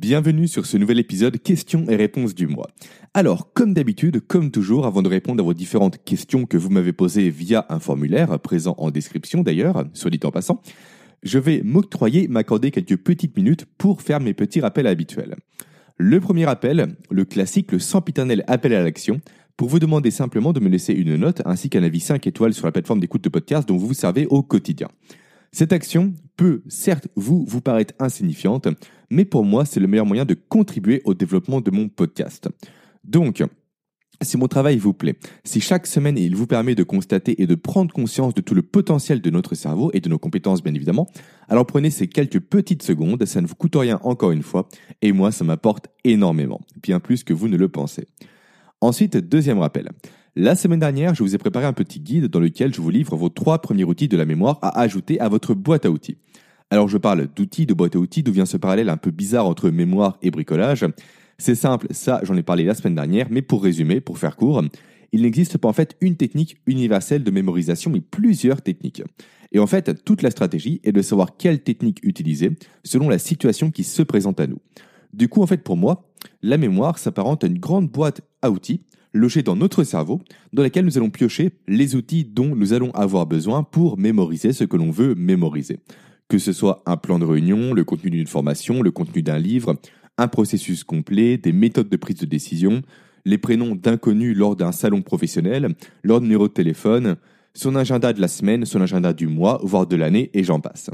Bienvenue sur ce nouvel épisode questions et réponses du mois. Alors, comme d'habitude, comme toujours, avant de répondre à vos différentes questions que vous m'avez posées via un formulaire, présent en description d'ailleurs, soit dit en passant, je vais m'accorder quelques petites minutes pour faire mes petits rappels habituels. Le premier appel, le classique, le sempiternel appel à l'action, pour vous demander simplement de me laisser une note ainsi qu'un avis 5 étoiles sur la plateforme d'écoute de podcast dont vous vous servez au quotidien. Cette action peut, certes, vous paraître insignifiante, mais pour moi, c'est le meilleur moyen de contribuer au développement de mon podcast. Donc, si mon travail vous plaît, si chaque semaine il vous permet de constater et de prendre conscience de tout le potentiel de notre cerveau et de nos compétences bien évidemment, alors prenez ces quelques petites secondes, ça ne vous coûte rien encore une fois, et moi ça m'apporte énormément, bien plus que vous ne le pensez. Ensuite, deuxième rappel. La semaine dernière, je vous ai préparé un petit guide dans lequel je vous livre vos 3 premiers outils de la mémoire à ajouter à votre boîte à outils. Alors je parle d'outils, de boîte à outils, d'où vient ce parallèle un peu bizarre entre mémoire et bricolage. C'est simple, ça j'en ai parlé la semaine dernière, mais pour résumer, pour faire court, il n'existe pas en fait une technique universelle de mémorisation, mais plusieurs techniques. Et en fait, toute la stratégie est de savoir quelle technique utiliser selon la situation qui se présente à nous. Du coup, en fait, pour moi, la mémoire s'apparente à une grande boîte à outils logée dans notre cerveau, dans laquelle nous allons piocher les outils dont nous allons avoir besoin pour mémoriser ce que l'on veut mémoriser. Que ce soit un plan de réunion, le contenu d'une formation, le contenu d'un livre, un processus complet, des méthodes de prise de décision, les prénoms d'inconnus lors d'un salon professionnel, leur numéro de téléphone, son agenda de la semaine, son agenda du mois, voire de l'année, et j'en passe.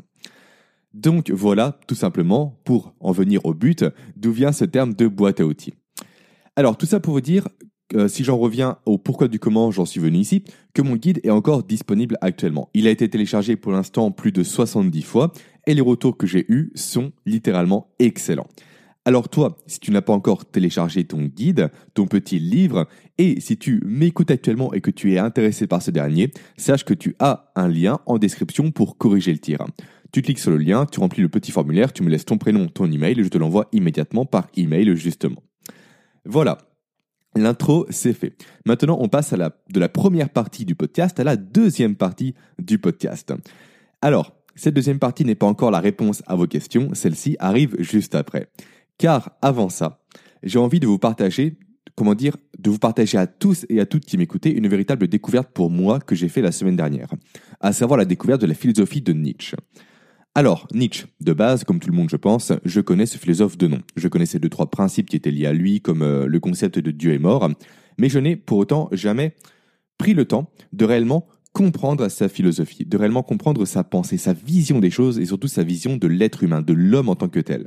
Donc voilà, tout simplement, pour en venir au but, d'où vient ce terme de boîte à outils. Alors tout ça pour vous dire, si j'en reviens au pourquoi du comment j'en suis venu ici, que mon guide est encore disponible actuellement. Il a été téléchargé pour l'instant plus de 70 fois et les retours que j'ai eus sont littéralement excellents. Alors toi, si tu n'as pas encore téléchargé ton guide, ton petit livre, et si tu m'écoutes actuellement et que tu es intéressé par ce dernier, sache que tu as un lien en description pour corriger le tir. Tu cliques sur le lien, tu remplis le petit formulaire, tu me laisses ton prénom, ton email et je te l'envoie immédiatement par email justement. Voilà. L'intro, c'est fait. Maintenant, on passe de la première partie du podcast à la deuxième partie du podcast. Alors, cette deuxième partie n'est pas encore la réponse à vos questions, celle-ci arrive juste après. Car avant ça, j'ai envie de vous partager, de vous partager à tous et à toutes qui m'écoutez une véritable découverte pour moi que j'ai fait la semaine dernière, à savoir la découverte de la philosophie de Nietzsche. Alors, Nietzsche, de base, comme tout le monde je pense, je connais ce philosophe de nom. Je connaissais 2-3 principes qui étaient liés à lui, comme le concept de Dieu est mort, mais je n'ai pour autant jamais pris le temps de réellement comprendre sa philosophie, de réellement comprendre sa pensée, sa vision des choses et surtout sa vision de l'être humain, de l'homme en tant que tel.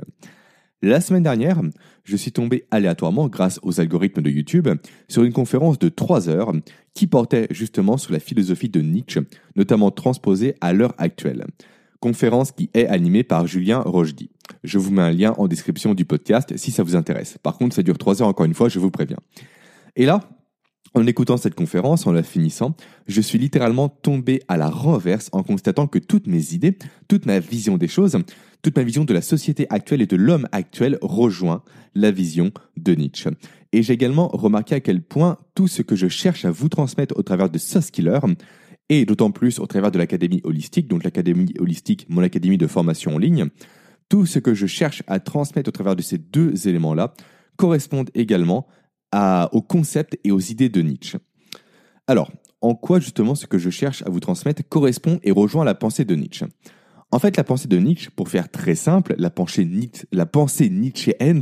La semaine dernière, je suis tombé aléatoirement, grâce aux algorithmes de YouTube, sur une conférence de 3 heures qui portait justement sur la philosophie de Nietzsche, notamment transposée à l'heure actuelle. Conférence qui est animée par Julien Rochdy. Je vous mets un lien en description du podcast si ça vous intéresse. Par contre, ça dure 3 heures encore une fois, je vous préviens. Et là, en écoutant cette conférence, en la finissant, je suis littéralement tombé à la renverse en constatant que toutes mes idées, toute ma vision des choses, toute ma vision de la société actuelle et de l'homme actuel rejoint la vision de Nietzsche. Et j'ai également remarqué à quel point tout ce que je cherche à vous transmettre au travers de Soskiller, et d'autant plus au travers de l'Académie Holistique, donc l'Académie Holistique, mon académie de formation en ligne, tout ce que je cherche à transmettre au travers de ces 2 éléments-là correspondent également aux concepts et aux idées de Nietzsche. Alors, en quoi justement ce que je cherche à vous transmettre correspond et rejoint la pensée de Nietzsche ? En fait, la pensée de Nietzsche, pour faire très simple, la pensée nietzschéenne,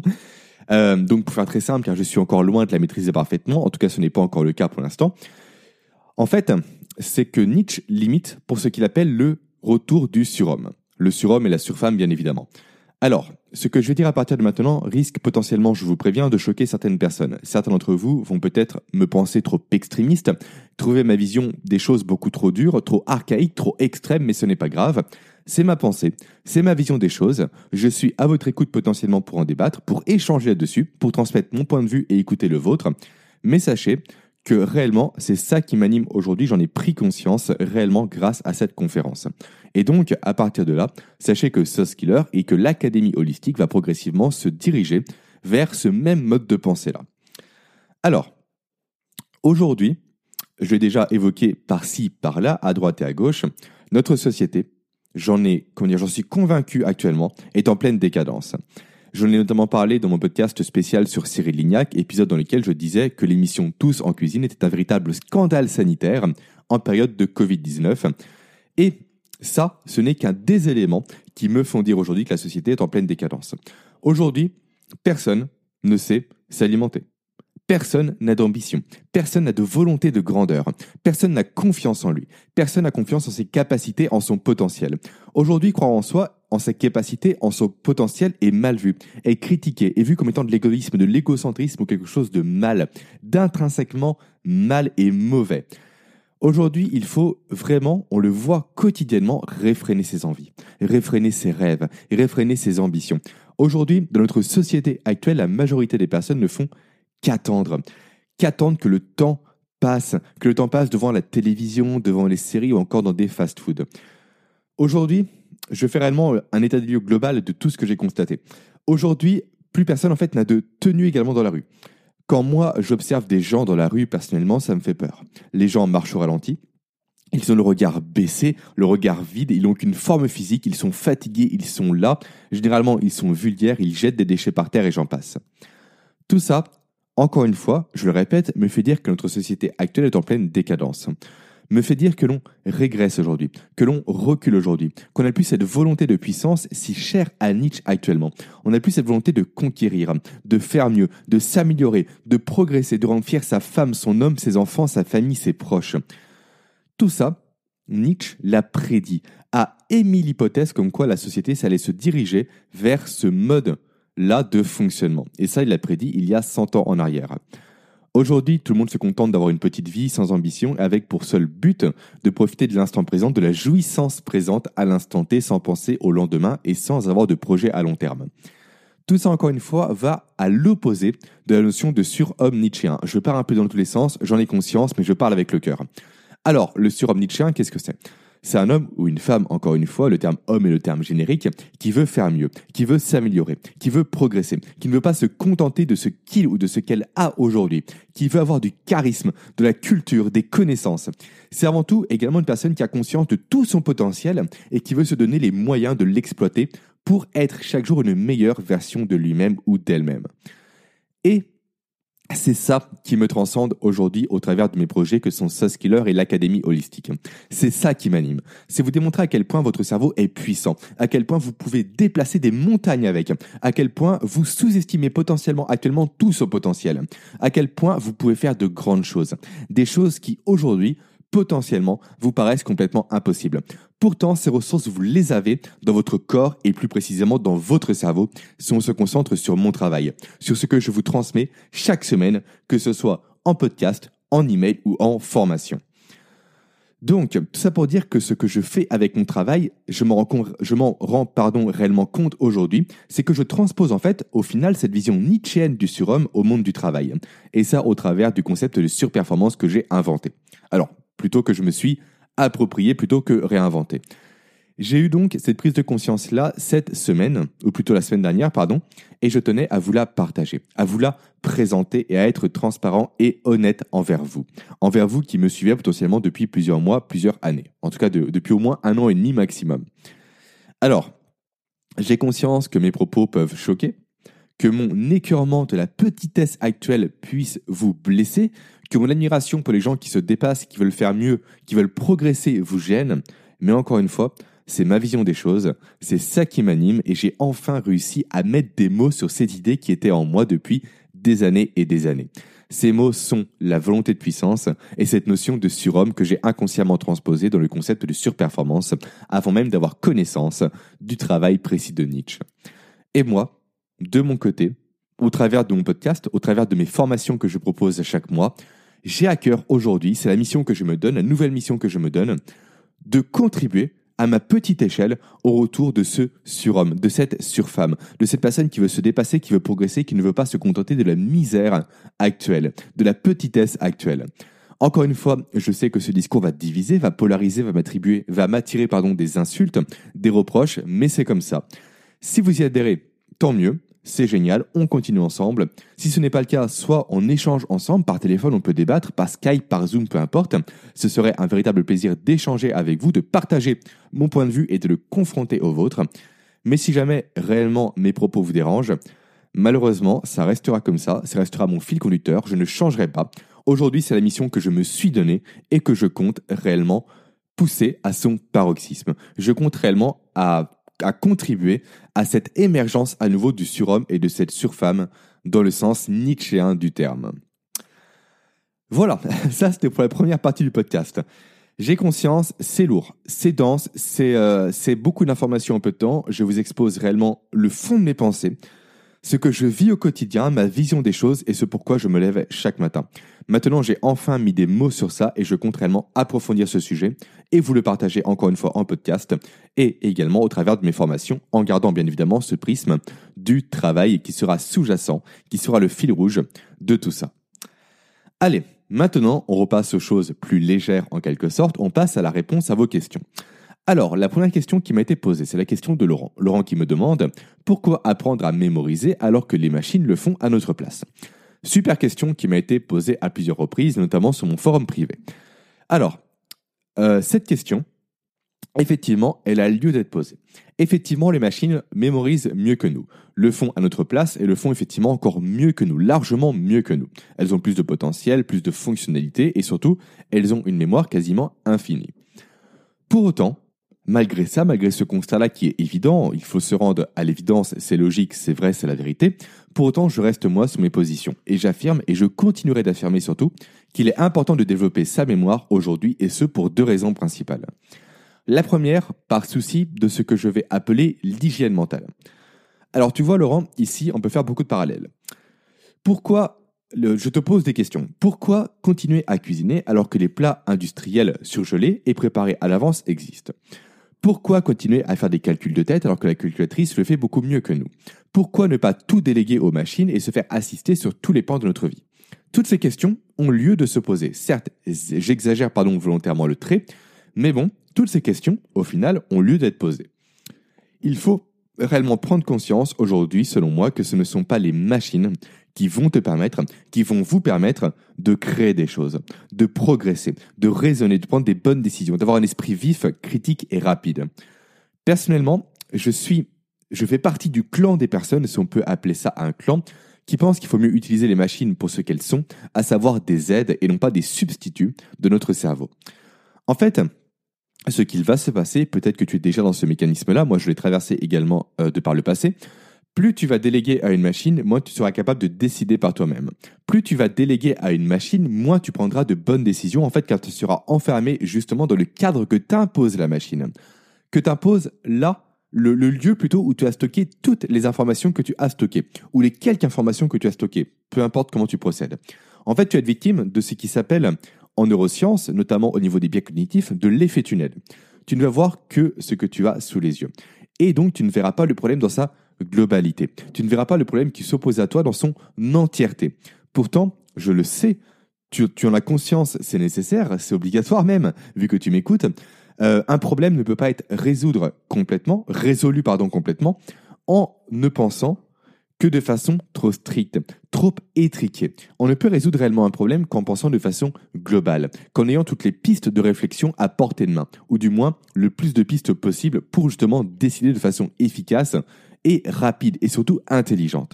donc pour faire très simple, car je suis encore loin de la maîtriser parfaitement, en tout cas ce n'est pas encore le cas pour l'instant, en fait, c'est que Nietzsche limite pour ce qu'il appelle le retour du surhomme. Le surhomme et la surfemme, bien évidemment. Alors, ce que je vais dire à partir de maintenant risque potentiellement, je vous préviens, de choquer certaines personnes. Certains d'entre vous vont peut-être me penser trop extrémiste, trouver ma vision des choses beaucoup trop dure, trop archaïque, trop extrême, mais ce n'est pas grave. C'est ma pensée, c'est ma vision des choses. Je suis à votre écoute potentiellement pour en débattre, pour échanger là-dessus, pour transmettre mon point de vue et écouter le vôtre. Mais sachez que réellement, c'est ça qui m'anime aujourd'hui. J'en ai pris conscience réellement grâce à cette conférence. Et donc, à partir de là, sachez que Soskiller et que l'Académie Holistique va progressivement se diriger vers ce même mode de pensée-là. Alors, aujourd'hui, je l'ai déjà évoqué par-ci, par-là, à droite et à gauche, notre société, j'en suis convaincu actuellement, est en pleine décadence. J'en ai notamment parlé dans mon podcast spécial sur Cyril Lignac, épisode dans lequel je disais que l'émission Tous en cuisine était un véritable scandale sanitaire en période de Covid-19. Et ça, ce n'est qu'un des éléments qui me font dire aujourd'hui que la société est en pleine décadence. Aujourd'hui, personne ne sait s'alimenter. Personne n'a d'ambition, personne n'a de volonté de grandeur, personne n'a confiance en lui, personne n'a confiance en ses capacités, en son potentiel. Aujourd'hui, croire en soi, en ses capacités, en son potentiel est mal vu, est critiqué, est vu comme étant de l'égoïsme, de l'égocentrisme ou quelque chose de mal, d'intrinsèquement mal et mauvais. Aujourd'hui, il faut vraiment, on le voit quotidiennement, réfréner ses envies, réfréner ses rêves, réfréner ses ambitions. Aujourd'hui, dans notre société actuelle, la majorité des personnes ne font qu'attendre que le temps passe, devant la télévision, devant les séries ou encore dans des fast-foods. Aujourd'hui, je fais réellement un état des lieux global de tout ce que j'ai constaté. Aujourd'hui, plus personne en fait n'a de tenue également dans la rue. Quand moi, j'observe des gens dans la rue, personnellement, ça me fait peur. Les gens marchent au ralenti, ils ont le regard baissé, le regard vide, ils n'ont qu'une forme physique, ils sont fatigués, ils sont là. Généralement, ils sont vulgaires, ils jettent des déchets par terre et j'en passe. Tout ça, encore une fois, je le répète, me fait dire que notre société actuelle est en pleine décadence. Me fait dire que l'on régresse aujourd'hui, que l'on recule aujourd'hui, qu'on n'a plus cette volonté de puissance si chère à Nietzsche actuellement. On n'a plus cette volonté de conquérir, de faire mieux, de s'améliorer, de progresser, de rendre fier sa femme, son homme, ses enfants, sa famille, ses proches. Tout ça, Nietzsche l'a prédit, a émis l'hypothèse comme quoi la société allait se diriger vers ce mode-là de fonctionnement. Et ça, il l'a prédit il y a 100 ans en arrière. Aujourd'hui, tout le monde se contente d'avoir une petite vie sans ambition, avec pour seul but de profiter de l'instant présent, de la jouissance présente à l'instant T, sans penser au lendemain et sans avoir de projet à long terme. Tout ça, encore une fois, va à l'opposé de la notion de surhomme nietzschéen. Je pars un peu dans tous les sens, j'en ai conscience, mais je parle avec le cœur. Alors, le surhomme nietzschéen, qu'est-ce que c'est ? C'est un homme ou une femme, encore une fois, le terme homme est le terme générique, qui veut faire mieux, qui veut s'améliorer, qui veut progresser, qui ne veut pas se contenter de ce qu'il ou de ce qu'elle a aujourd'hui, qui veut avoir du charisme, de la culture, des connaissances. C'est avant tout également une personne qui a conscience de tout son potentiel et qui veut se donner les moyens de l'exploiter pour être chaque jour une meilleure version de lui-même ou d'elle-même. Et c'est ça qui me transcende aujourd'hui au travers de mes projets que sont Sauce Killer et l'Académie Holistique. C'est ça qui m'anime. C'est vous démontrer à quel point votre cerveau est puissant, à quel point vous pouvez déplacer des montagnes avec, à quel point vous sous-estimez potentiellement actuellement tout son potentiel, à quel point vous pouvez faire de grandes choses. Des choses qui aujourd'hui, potentiellement, vous paraissent complètement impossibles. Pourtant, ces ressources, vous les avez dans votre corps et plus précisément dans votre cerveau si on se concentre sur mon travail, sur ce que je vous transmets chaque semaine, que ce soit en podcast, en email ou en formation. Donc, tout ça pour dire que ce que je fais avec mon travail, je m'en rends réellement compte aujourd'hui, c'est que je transpose en fait, au final, cette vision nietzschéenne du surhomme au monde du travail. Et ça au travers du concept de surperformance que j'ai inventé. Alors, plutôt que je me suis approprié plutôt que réinventé. J'ai eu donc cette prise de conscience-là cette semaine, ou plutôt la semaine dernière, et je tenais à vous la partager, à vous la présenter et à être transparent et honnête envers vous qui me suivez potentiellement depuis plusieurs mois, plusieurs années, en tout cas depuis au moins 1 an et demi maximum. Alors, j'ai conscience que mes propos peuvent choquer, que mon écœurement de la petitesse actuelle puisse vous blesser, que mon admiration pour les gens qui se dépassent, qui veulent faire mieux, qui veulent progresser vous gêne, mais encore une fois, c'est ma vision des choses, c'est ça qui m'anime et j'ai enfin réussi à mettre des mots sur cette idée qui était en moi depuis des années et des années. Ces mots sont la volonté de puissance et cette notion de surhomme que j'ai inconsciemment transposée dans le concept de surperformance avant même d'avoir connaissance du travail précis de Nietzsche. Et moi, de mon côté, au travers de mon podcast, au travers de mes formations que je propose chaque mois, j'ai à cœur aujourd'hui, c'est la mission que je me donne, la nouvelle mission que je me donne, de contribuer à ma petite échelle au retour de ce surhomme, de cette surfemme, de cette personne qui veut se dépasser, qui veut progresser, qui ne veut pas se contenter de la misère actuelle, de la petitesse actuelle. Encore une fois, je sais que ce discours va diviser, va polariser, va m'attirer des insultes, des reproches, mais c'est comme ça. Si vous y adhérez, tant mieux. C'est génial, on continue ensemble. Si ce n'est pas le cas, soit on échange ensemble, par téléphone on peut débattre, par Skype, par Zoom, peu importe. Ce serait un véritable plaisir d'échanger avec vous, de partager mon point de vue et de le confronter au vôtre. Mais si jamais réellement mes propos vous dérangent, malheureusement, ça restera comme ça restera mon fil conducteur, je ne changerai pas. Aujourd'hui, c'est la mission que je me suis donnée et que je compte réellement pousser à son paroxysme. Je compte réellement à contribuer à cette émergence à nouveau du surhomme et de cette surfemme dans le sens nietzschéen du terme. Voilà, ça c'était pour la première partie du podcast. J'ai conscience, c'est lourd, c'est dense, c'est beaucoup d'informations en peu de temps. Je vous expose réellement le fond de mes pensées, ce que je vis au quotidien, ma vision des choses et ce pourquoi je me lève chaque matin. Maintenant, j'ai enfin mis des mots sur ça et je compte réellement approfondir ce sujet et vous le partager encore une fois en podcast et également au travers de mes formations en gardant bien évidemment ce prisme du travail qui sera sous-jacent, qui sera le fil rouge de tout ça. Allez, maintenant, on repasse aux choses plus légères en quelque sorte, on passe à la réponse à vos questions. Alors, la première question qui m'a été posée, c'est la question de Laurent. Laurent qui me demande « Pourquoi apprendre à mémoriser alors que les machines le font à notre place ?» Super question qui m'a été posée à plusieurs reprises, notamment sur mon forum privé. Alors, cette question, effectivement, elle a lieu d'être posée. Effectivement, les machines mémorisent mieux que nous, le font à notre place et le font effectivement encore mieux que nous, largement mieux que nous. Elles ont plus de potentiel, plus de fonctionnalités et surtout, elles ont une mémoire quasiment infinie. Pour autant, malgré ça, malgré ce constat-là qui est évident, il faut se rendre à l'évidence, c'est logique, c'est vrai, c'est la vérité. Pour autant, je reste moi sur mes positions et j'affirme et je continuerai d'affirmer surtout qu'il est important de développer sa mémoire aujourd'hui et ce pour 2 raisons principales. La première, par souci de ce que je vais appeler l'hygiène mentale. Alors tu vois Laurent, ici on peut faire beaucoup de parallèles. Je te pose des questions. Pourquoi continuer à cuisiner alors que les plats industriels surgelés et préparés à l'avance existent ? Pourquoi continuer à faire des calculs de tête alors que la calculatrice le fait beaucoup mieux que nous ? Pourquoi ne pas tout déléguer aux machines et se faire assister sur tous les pans de notre vie ? Toutes ces questions ont lieu de se poser. Certes, j'exagère volontairement le trait, mais bon, toutes ces questions, au final, ont lieu d'être posées. Il faut réellement prendre conscience aujourd'hui, selon moi, que ce ne sont pas les machines qui vont vous permettre de créer des choses, de progresser, de raisonner, de prendre des bonnes décisions, d'avoir un esprit vif, critique et rapide. Personnellement, je fais partie du clan des personnes, si on peut appeler ça un clan, qui pensent qu'il faut mieux utiliser les machines pour ce qu'elles sont, à savoir des aides et non pas des substituts de notre cerveau. En fait, ce qu'il va se passer, peut-être que tu es déjà dans ce mécanisme-là, moi je l'ai traversé également de par le passé, plus tu vas déléguer à une machine, moins tu seras capable de décider par toi-même. Plus tu vas déléguer à une machine, moins tu prendras de bonnes décisions, en fait, car tu seras enfermé justement dans le cadre que t'impose la machine. Que t'impose là, le lieu plutôt où tu as stocké toutes les informations que tu as stockées, ou les quelques informations que tu as stockées, peu importe comment tu procèdes. En fait, tu vas être victime de ce qui s'appelle, en neurosciences, notamment au niveau des biais cognitifs, de l'effet tunnel. Tu ne vas voir que ce que tu as sous les yeux. Et donc, tu ne verras pas le problème dans sa globalité. Tu ne verras pas le problème qui s'oppose à toi dans son entièreté. Pourtant, je le sais, tu en as conscience, c'est nécessaire, c'est obligatoire même, vu que tu m'écoutes. Un problème ne peut pas être résolu complètement, en ne pensant que de façon trop stricte, trop étriquée. On ne peut résoudre réellement un problème qu'en pensant de façon globale, qu'en ayant toutes les pistes de réflexion à portée de main, ou du moins le plus de pistes possible pour justement décider de façon efficace et rapide et surtout intelligente.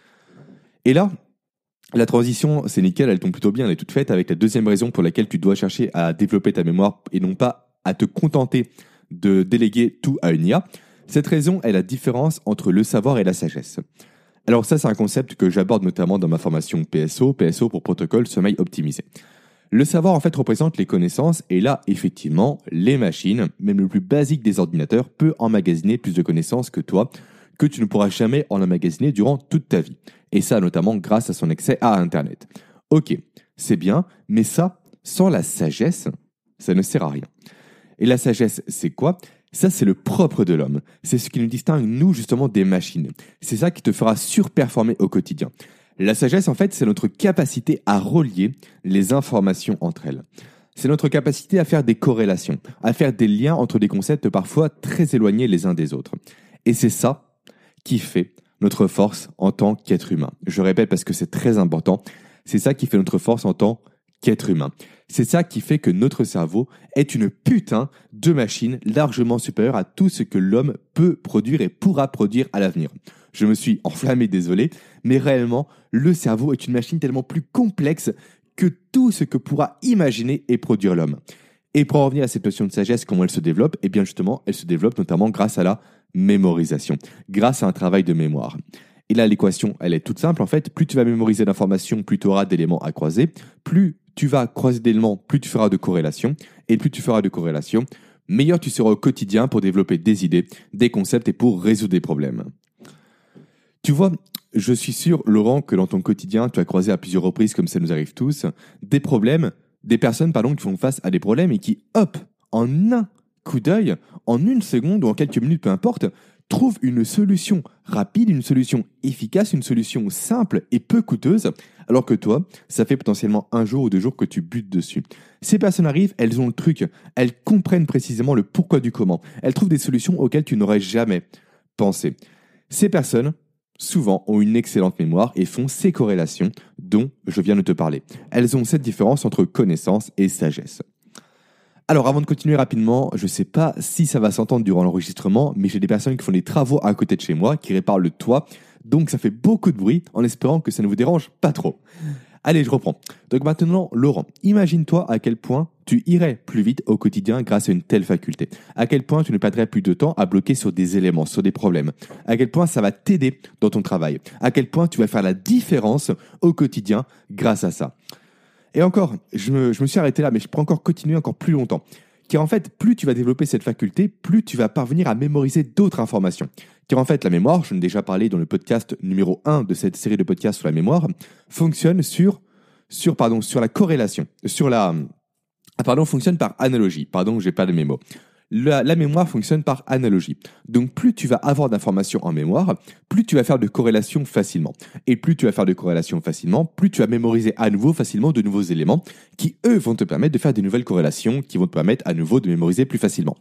Et là, la transition, c'est nickel, elle tombe plutôt bien, elle est toute faite avec la deuxième raison pour laquelle tu dois chercher à développer ta mémoire et non pas à te contenter de déléguer tout à une IA. Cette raison est la différence entre le savoir et la sagesse. Alors ça, c'est un concept que j'aborde notamment dans ma formation PSO pour protocole sommeil optimisé. Le savoir, en fait, représente les connaissances et là, effectivement, les machines, même le plus basique des ordinateurs, peut emmagasiner plus de connaissances que toi, que tu ne pourras jamais en emmagasiner durant toute ta vie. Et ça, notamment grâce à son accès à Internet. Ok, c'est bien, mais ça, sans la sagesse, ça ne sert à rien. Et la sagesse, c'est quoi ? Ça, c'est le propre de l'homme. C'est ce qui nous distingue, nous, justement, des machines. C'est ça qui te fera surperformer au quotidien. La sagesse, en fait, c'est notre capacité à relier les informations entre elles. C'est notre capacité à faire des corrélations, à faire des liens entre des concepts parfois très éloignés les uns des autres. Et c'est ça qui fait notre force en tant qu'être humain. Je répète parce que c'est très important. C'est ça qui fait notre force en tant qu'être humain. C'est ça qui fait que notre cerveau est une putain de machine largement supérieure à tout ce que l'homme peut produire et pourra produire à l'avenir. Je me suis enflammé, désolé, mais réellement, le cerveau est une machine tellement plus complexe que tout ce que pourra imaginer et produire l'homme. Et pour en revenir à cette notion de sagesse, comment elle se développe? Eh bien justement, elle se développe notamment grâce à la mémorisation, grâce à un travail de mémoire. Et là, l'équation, elle est toute simple. En fait, plus tu vas mémoriser d'informations, plus tu auras d'éléments à croiser. Plus tu vas croiser d'éléments, plus tu feras de corrélations. Et plus tu feras de corrélations, meilleur tu seras au quotidien pour développer des idées, des concepts et pour résoudre des problèmes. Tu vois, je suis sûr, Laurent, que dans ton quotidien, tu as croisé à plusieurs reprises, comme ça nous arrive tous, des personnes qui font face à des problèmes et qui, hop, en un coup d'œil, en une seconde ou en quelques minutes, peu importe, trouve une solution rapide, une solution efficace, une solution simple et peu coûteuse, alors que toi, ça fait potentiellement 1 jour ou 2 jours que tu butes dessus. Ces personnes arrivent, elles ont le truc, elles comprennent précisément le pourquoi du comment, elles trouvent des solutions auxquelles tu n'aurais jamais pensé. Ces personnes, souvent, ont une excellente mémoire et font ces corrélations dont je viens de te parler. Elles ont cette différence entre connaissance et sagesse. Alors, avant de continuer rapidement, je ne sais pas si ça va s'entendre durant l'enregistrement, mais j'ai des personnes qui font des travaux à côté de chez moi, qui réparent le toit, donc ça fait beaucoup de bruit, en espérant que ça ne vous dérange pas trop. Allez, je reprends. Donc maintenant, Laurent, imagine-toi à quel point tu irais plus vite au quotidien grâce à une telle faculté. À quel point tu ne perdrais plus de temps à bloquer sur des éléments, sur des problèmes. À quel point ça va t'aider dans ton travail. À quel point tu vas faire la différence au quotidien grâce à ça. Et encore, je me suis arrêté là, mais je peux encore continuer encore plus longtemps. Car en fait, plus tu vas développer cette faculté, plus tu vas parvenir à mémoriser d'autres informations. Car en fait, la mémoire, j'en ai déjà parlé dans le podcast numéro 1 de cette série de podcasts sur la mémoire, fonctionne sur la corrélation. Fonctionne par analogie. J'ai pas de mes mots. La mémoire fonctionne par analogie. Donc, plus tu vas avoir d'informations en mémoire, plus tu vas faire de corrélations facilement. Et plus tu vas faire de corrélations facilement, plus tu vas mémoriser à nouveau facilement de nouveaux éléments qui, eux, vont te permettre de faire de nouvelles corrélations qui vont te permettre à nouveau de mémoriser plus facilement.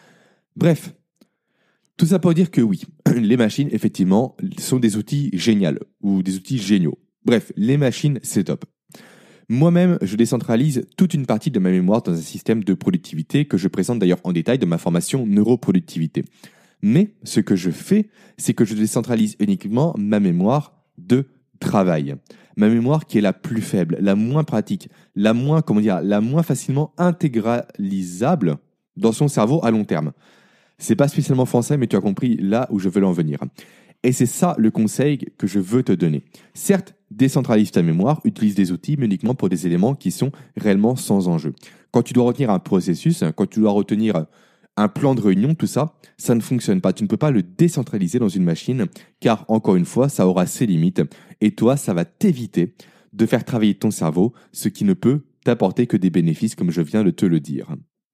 Bref, tout ça pour dire que oui, les machines, effectivement, sont des outils géniaux ou des outils géniaux. Bref, les machines, c'est top. Moi-même, je décentralise toute une partie de ma mémoire dans un système de productivité que je présente d'ailleurs en détail dans ma formation neuroproductivité. Mais ce que je fais, c'est que je décentralise uniquement ma mémoire de travail. Ma mémoire qui est la plus faible, la moins pratique, la moins facilement intégralisable dans son cerveau à long terme. C'est pas spécialement français, mais tu as compris là où je veux en venir. Et c'est ça le conseil que je veux te donner. Certes, décentralise ta mémoire, utilise des outils, mais uniquement pour des éléments qui sont réellement sans enjeu. Quand tu dois retenir un processus, quand tu dois retenir un plan de réunion, tout ça, ça ne fonctionne pas. Tu ne peux pas le décentraliser dans une machine, car encore une fois, ça aura ses limites. Et toi, ça va t'éviter de faire travailler ton cerveau, ce qui ne peut t'apporter que des bénéfices, comme je viens de te le dire.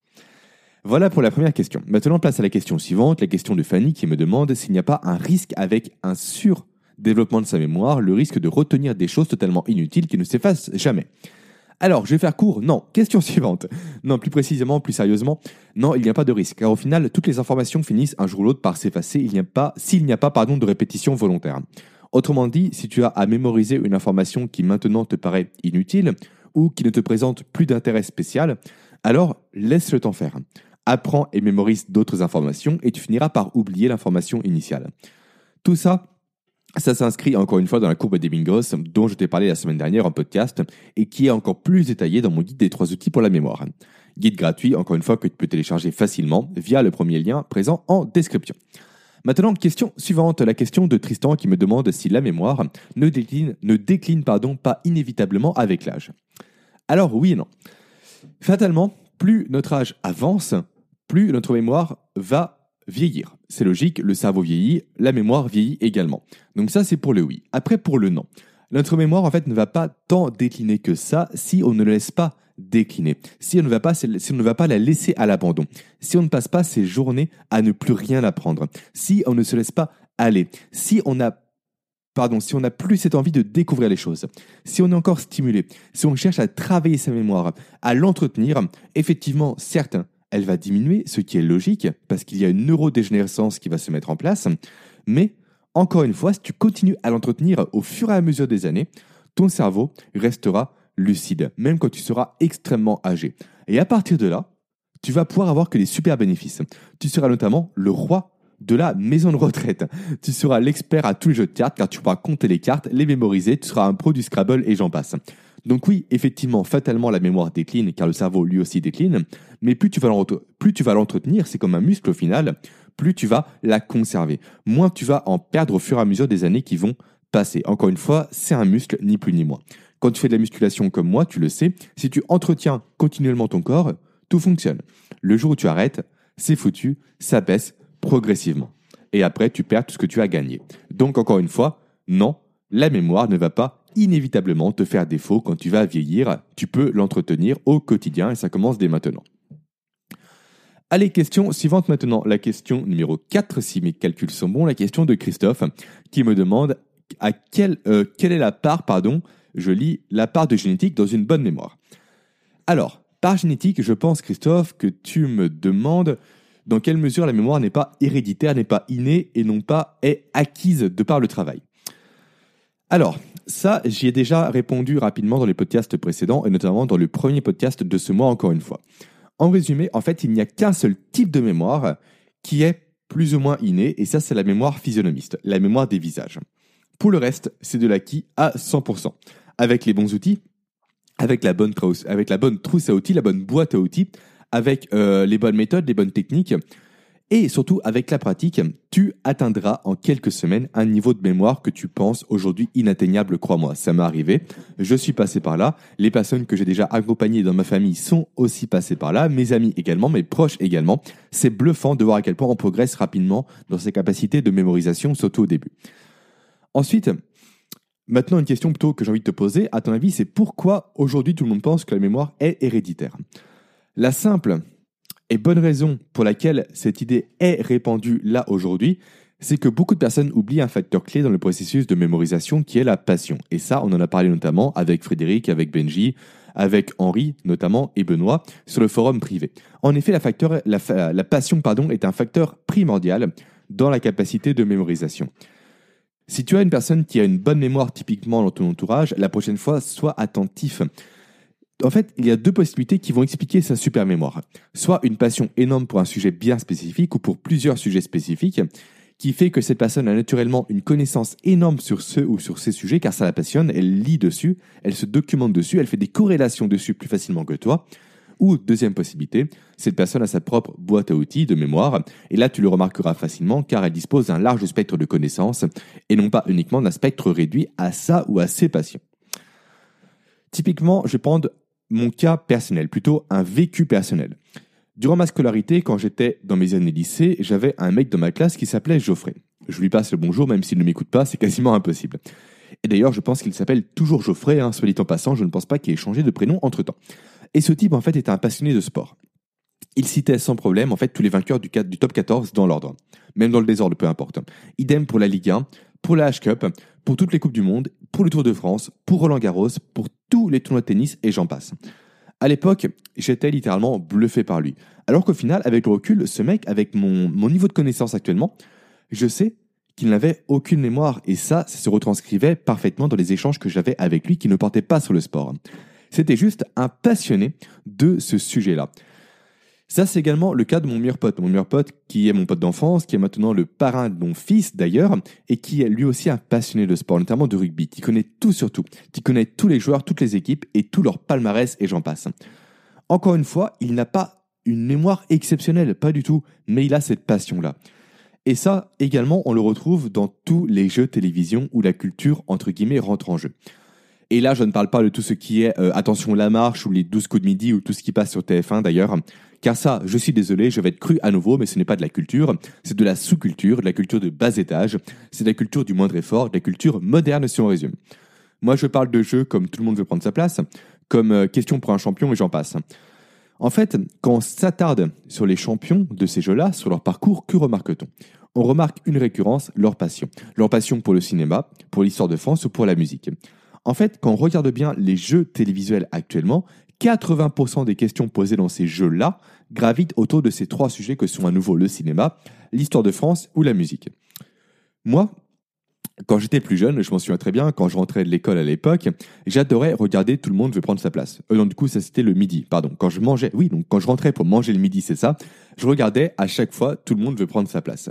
Voilà pour la première question. Maintenant, place à la question suivante, la question de Fanny qui me demande s'il n'y a pas un risque avec un surdéveloppement de sa mémoire, le risque de retenir des choses totalement inutiles qui ne s'effacent jamais. Alors, je vais faire court. Non. Question suivante. Non, plus précisément, plus sérieusement, non, il n'y a pas de risque. Car au final, toutes les informations finissent un jour ou l'autre par s'effacer s'il n'y a pas de répétition volontaire. Autrement dit, si tu as à mémoriser une information qui maintenant te paraît inutile ou qui ne te présente plus d'intérêt spécial, alors laisse le temps faire. Apprends et mémorise d'autres informations et tu finiras par oublier l'information initiale. Tout ça s'inscrit encore une fois dans la courbe d'Ebbinghaus dont je t'ai parlé la semaine dernière en podcast et qui est encore plus détaillée dans mon guide des 3 outils pour la mémoire. Guide gratuit, encore une fois, que tu peux télécharger facilement via le premier lien présent en description. Maintenant, question suivante, la question de Tristan qui me demande si la mémoire ne décline pas inévitablement avec l'âge. Alors oui et non. Fatalement, plus notre âge avance, plus notre mémoire va vieillir. C'est logique, le cerveau vieillit, la mémoire vieillit également. Donc ça, c'est pour le oui. Après, pour le non. Notre mémoire, en fait, ne va pas tant décliner que ça si on ne le laisse pas décliner. Si on ne va pas la laisser à l'abandon. Si on ne passe pas ses journées à ne plus rien apprendre. Si on ne se laisse pas aller. Si on n'a plus cette envie de découvrir les choses, si on est encore stimulé, si on cherche à travailler sa mémoire, à l'entretenir, effectivement, certes, elle va diminuer, ce qui est logique, parce qu'il y a une neurodégénérescence qui va se mettre en place, mais encore une fois, si tu continues à l'entretenir au fur et à mesure des années, ton cerveau restera lucide, même quand tu seras extrêmement âgé. Et à partir de là, tu vas pouvoir avoir que des super bénéfices. Tu seras notamment le roi de la maison de retraite. Tu seras l'expert à tous les jeux de cartes car tu pourras compter les cartes, les mémoriser, tu seras un pro du Scrabble et j'en passe. Donc oui, effectivement, fatalement la mémoire décline car le cerveau lui aussi décline, mais plus tu vas l'entretenir, c'est comme un muscle au final, plus tu vas la conserver. Moins tu vas en perdre au fur et à mesure des années qui vont passer. Encore une fois, c'est un muscle, ni plus ni moins. Quand tu fais de la musculation comme moi, tu le sais, si tu entretiens continuellement ton corps, tout fonctionne. Le jour où tu arrêtes, c'est foutu, ça baisse progressivement. Et après, tu perds tout ce que tu as gagné. Donc encore une fois, non, la mémoire ne va pas inévitablement te faire défaut quand tu vas vieillir. Tu peux l'entretenir au quotidien et ça commence dès maintenant. Allez, question suivante maintenant. La question numéro 4, si mes calculs sont bons, la question de Christophe qui me demande quelle est la part, je lis, la part de génétique dans une bonne mémoire. Alors, par génétique, je pense, Christophe, que tu me demandes dans quelle mesure la mémoire n'est pas héréditaire, n'est pas innée et non pas est acquise de par le travail. Alors, ça, j'y ai déjà répondu rapidement dans les podcasts précédents et notamment dans le premier podcast de ce mois, encore une fois. En résumé, en fait, il n'y a qu'un seul type de mémoire qui est plus ou moins innée et ça, c'est la mémoire physionomiste, la mémoire des visages. Pour le reste, c'est de l'acquis à 100%. Avec les bons outils, avec la bonne trousse à outils, la bonne boîte à outils, avec les bonnes méthodes, les bonnes techniques, et surtout avec la pratique, tu atteindras en quelques semaines un niveau de mémoire que tu penses aujourd'hui inatteignable, crois-moi. Ça m'est arrivé, je suis passé par là, les personnes que j'ai déjà accompagnées dans ma famille sont aussi passées par là, mes amis également, mes proches également. C'est bluffant de voir à quel point on progresse rapidement dans ses capacités de mémorisation, surtout au début. Ensuite, maintenant une question plutôt que j'ai envie de te poser, à ton avis, c'est pourquoi aujourd'hui tout le monde pense que la mémoire est héréditaire ? La simple et bonne raison pour laquelle cette idée est répandue là aujourd'hui, c'est que beaucoup de personnes oublient un facteur clé dans le processus de mémorisation qui est la passion. Et ça, on en a parlé notamment avec Frédéric, avec Benji, avec Henri notamment et Benoît sur le forum privé. En effet, la passion est un facteur primordial dans la capacité de mémorisation. Si tu as une personne qui a une bonne mémoire typiquement dans ton entourage, la prochaine fois, sois attentif. En fait, il y a deux possibilités qui vont expliquer sa super mémoire. Soit une passion énorme pour un sujet bien spécifique ou pour plusieurs sujets spécifiques, qui fait que cette personne a naturellement une connaissance énorme sur ce ou sur ces sujets, car ça la passionne, elle lit dessus, elle se documente dessus, elle fait des corrélations dessus plus facilement que toi. Ou, deuxième possibilité, cette personne a sa propre boîte à outils de mémoire, et là tu le remarqueras facilement car elle dispose d'un large spectre de connaissances, et non pas uniquement d'un spectre réduit à ça ou à ses passions. Typiquement, je vais prendre mon cas personnel, plutôt un vécu personnel. Durant ma scolarité, quand j'étais dans mes années lycée, j'avais un mec dans ma classe qui s'appelait Geoffrey. Je lui passe le bonjour, même s'il ne m'écoute pas, c'est quasiment impossible. Et d'ailleurs, je pense qu'il s'appelle toujours Geoffrey, soit dit en passant, je ne pense pas qu'il ait changé de prénom entre-temps. Et ce type, en fait, était un passionné de sport. Il citait sans problème, en fait, tous les vainqueurs du top 14 dans l'ordre. Même dans le désordre, peu importe. Idem pour la Ligue 1, pour la H-Cup, pour toutes les Coupes du Monde, pour le Tour de France, pour Roland-Garros, pour tous les tournois de tennis, et j'en passe. À l'époque, j'étais littéralement bluffé par lui. Alors qu'au final, avec le recul, ce mec, avec mon niveau de connaissance actuellement, je sais qu'il n'avait aucune mémoire. Et ça se retranscrivait parfaitement dans les échanges que j'avais avec lui qui ne portaient pas sur le sport. C'était juste un passionné de ce sujet-là. Ça, c'est également le cas de mon meilleur pote. Mon meilleur pote qui est mon pote d'enfance, qui est maintenant le parrain de mon fils d'ailleurs, et qui est lui aussi un passionné de sport, notamment de rugby, qui connaît tout sur tout, qui connaît tous les joueurs, toutes les équipes et tout leur palmarès et j'en passe. Encore une fois, il n'a pas une mémoire exceptionnelle, pas du tout, mais il a cette passion-là. Et ça, également, on le retrouve dans tous les jeux télévision où la culture, entre guillemets, rentre en jeu. Et là, je ne parle pas de tout ce qui est Attention la marche ou les 12 coups de midi ou tout ce qui passe sur TF1 d'ailleurs. Car ça, je suis désolé, je vais être cru à nouveau, mais ce n'est pas de la culture. C'est de la sous-culture, de la culture de bas étage. C'est de la culture du moindre effort, de la culture moderne si on résume. Moi, je parle de jeux comme Tout le monde veut prendre sa place, comme Question pour un champion et j'en passe. En fait, quand on s'attarde sur les champions de ces jeux-là, sur leur parcours, que remarque-t-on ? On remarque une récurrence, leur passion. Leur passion pour le cinéma, pour l'histoire de France ou pour la musique. En fait, quand on regarde bien les jeux télévisuels actuellement, 80% des questions posées dans ces jeux-là gravitent autour de ces trois sujets que sont à nouveau le cinéma, l'histoire de France ou la musique. Moi, Quand j'étais plus jeune, je m'en souviens très bien, quand je rentrais de l'école à l'époque, j'adorais regarder Tout le monde veut prendre sa place. Non, du coup, ça c'était le midi, pardon. Quand je rentrais pour manger le midi, c'est ça, je regardais à chaque fois Tout le monde veut prendre sa place.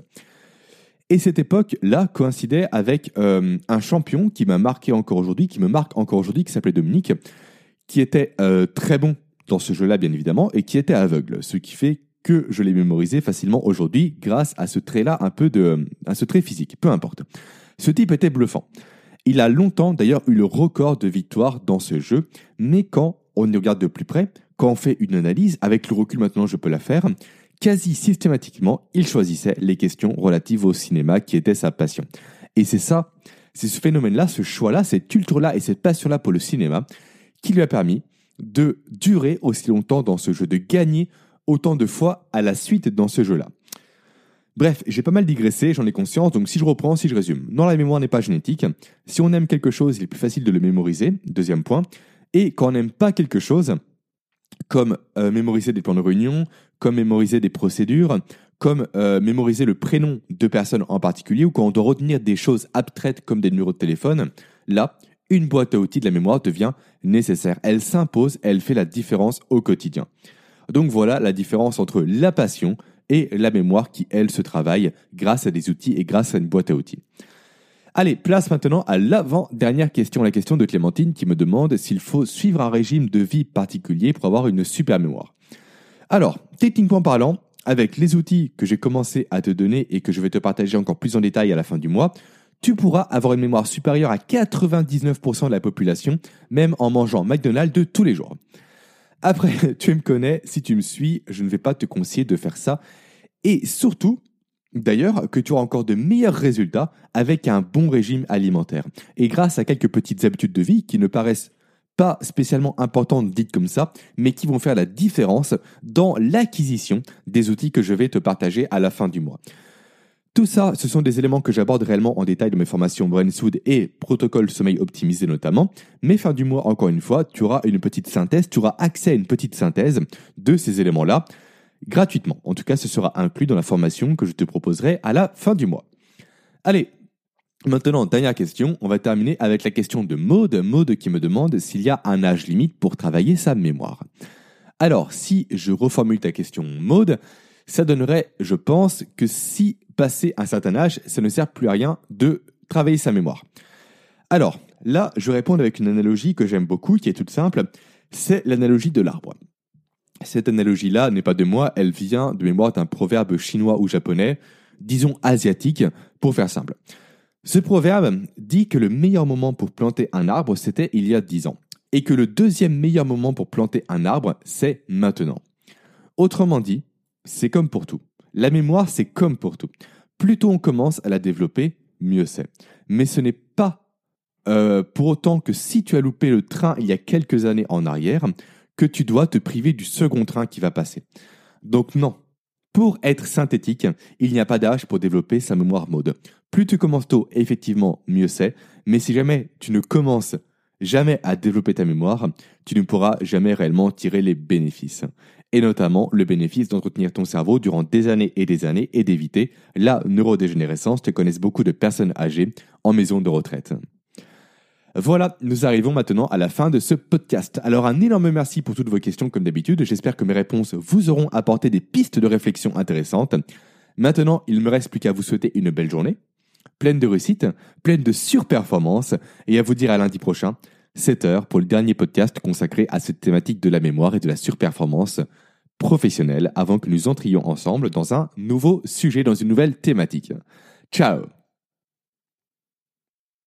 Et cette époque-là coïncidait avec un champion qui m'a marqué encore aujourd'hui, qui me marque encore aujourd'hui, qui s'appelait Dominique, qui était très bon dans ce jeu-là, bien évidemment, et qui était aveugle, ce qui fait que je l'ai mémorisé facilement aujourd'hui grâce à ce trait-là, à ce trait physique, peu importe. Ce type était bluffant. Il a longtemps d'ailleurs eu le record de victoire dans ce jeu, mais quand on y regarde de plus près, quand on fait une analyse, avec le recul maintenant je peux la faire, quasi systématiquement, il choisissait les questions relatives au cinéma qui était sa passion. Et c'est ce phénomène-là, ce choix-là, cette culture-là et cette passion-là pour le cinéma qui lui a permis de durer aussi longtemps dans ce jeu, de gagner autant de fois à la suite dans ce jeu-là. Bref, j'ai pas mal digressé, j'en ai conscience, donc si je résume. Non, la mémoire n'est pas génétique. Si on aime quelque chose, il est plus facile de le mémoriser, deuxième point. Et quand on n'aime pas quelque chose, comme mémoriser des plans de réunion, comme mémoriser des procédures, comme mémoriser le prénom de personnes en particulier, ou quand on doit retenir des choses abstraites comme des numéros de téléphone, là, une boîte à outils de la mémoire devient nécessaire. Elle s'impose, elle fait la différence au quotidien. Donc voilà la différence entre la passion et la mémoire qui, elle, se travaille grâce à des outils et grâce à une boîte à outils. Allez, place maintenant à l'avant-dernière question, la question de Clémentine qui me demande s'il faut suivre un régime de vie particulier pour avoir une super mémoire. Alors, techniquement parlant, avec les outils que j'ai commencé à te donner et que je vais te partager encore plus en détail à la fin du mois, tu pourras avoir une mémoire supérieure à 99% de la population, même en mangeant McDonald's de tous les jours. Après, tu me connais, si tu me suis, je ne vais pas te conseiller de faire ça. Et surtout, d'ailleurs, que tu auras encore de meilleurs résultats avec un bon régime alimentaire. Et grâce à quelques petites habitudes de vie qui ne paraissent pas spécialement importantes dites comme ça, mais qui vont faire la différence dans l'acquisition des outils que je vais te partager à la fin du mois. Tout ça, ce sont des éléments que j'aborde réellement en détail dans mes formations BrainSood et protocole sommeil optimisé notamment. Mais fin du mois, encore une fois, tu auras une petite synthèse, tu auras accès à une petite synthèse de ces éléments-là gratuitement. En tout cas, ce sera inclus dans la formation que je te proposerai à la fin du mois. Allez, maintenant, dernière question. On va terminer avec la question de Maude. Maude qui me demande s'il y a un âge limite pour travailler sa mémoire. Alors, si je reformule ta question, Maude, ça donnerait, je pense, que si passé un certain âge, ça ne sert plus à rien de travailler sa mémoire. Alors, là, je réponds avec une analogie que j'aime beaucoup, qui est toute simple. C'est l'analogie de l'arbre. Cette analogie-là n'est pas de moi, elle vient de mémoire d'un proverbe chinois ou japonais, disons asiatique, pour faire simple. Ce proverbe dit que le meilleur moment pour planter un arbre, c'était il y a 10 ans. Et que le deuxième meilleur moment pour planter un arbre, c'est maintenant. Autrement dit, c'est comme pour tout. La mémoire, c'est comme pour tout. Plus tôt on commence à la développer, mieux c'est. Mais ce n'est pas pour autant que si tu as loupé le train il y a quelques années en arrière, que tu dois te priver du second train qui va passer. Donc non. Pour être synthétique, il n'y a pas d'âge pour développer sa mémoire Maude. Plus tu commences tôt, effectivement, mieux c'est. Mais si jamais tu ne commences jamais à développer ta mémoire, tu ne pourras jamais réellement tirer les bénéfices. Et notamment le bénéfice d'entretenir ton cerveau durant des années et d'éviter la neurodégénérescence. Tu connais beaucoup de personnes âgées en maison de retraite. Voilà, nous arrivons maintenant à la fin de ce podcast. Alors un énorme merci pour toutes vos questions comme d'habitude. J'espère que mes réponses vous auront apporté des pistes de réflexion intéressantes. Maintenant, il ne me reste plus qu'à vous souhaiter une belle journée, pleine de réussite, pleine de surperformance, et à vous dire à lundi prochain, 7h, pour le dernier podcast consacré à cette thématique de la mémoire et de la surperformance professionnelle, avant que nous entrions ensemble dans un nouveau sujet, dans une nouvelle thématique. Ciao!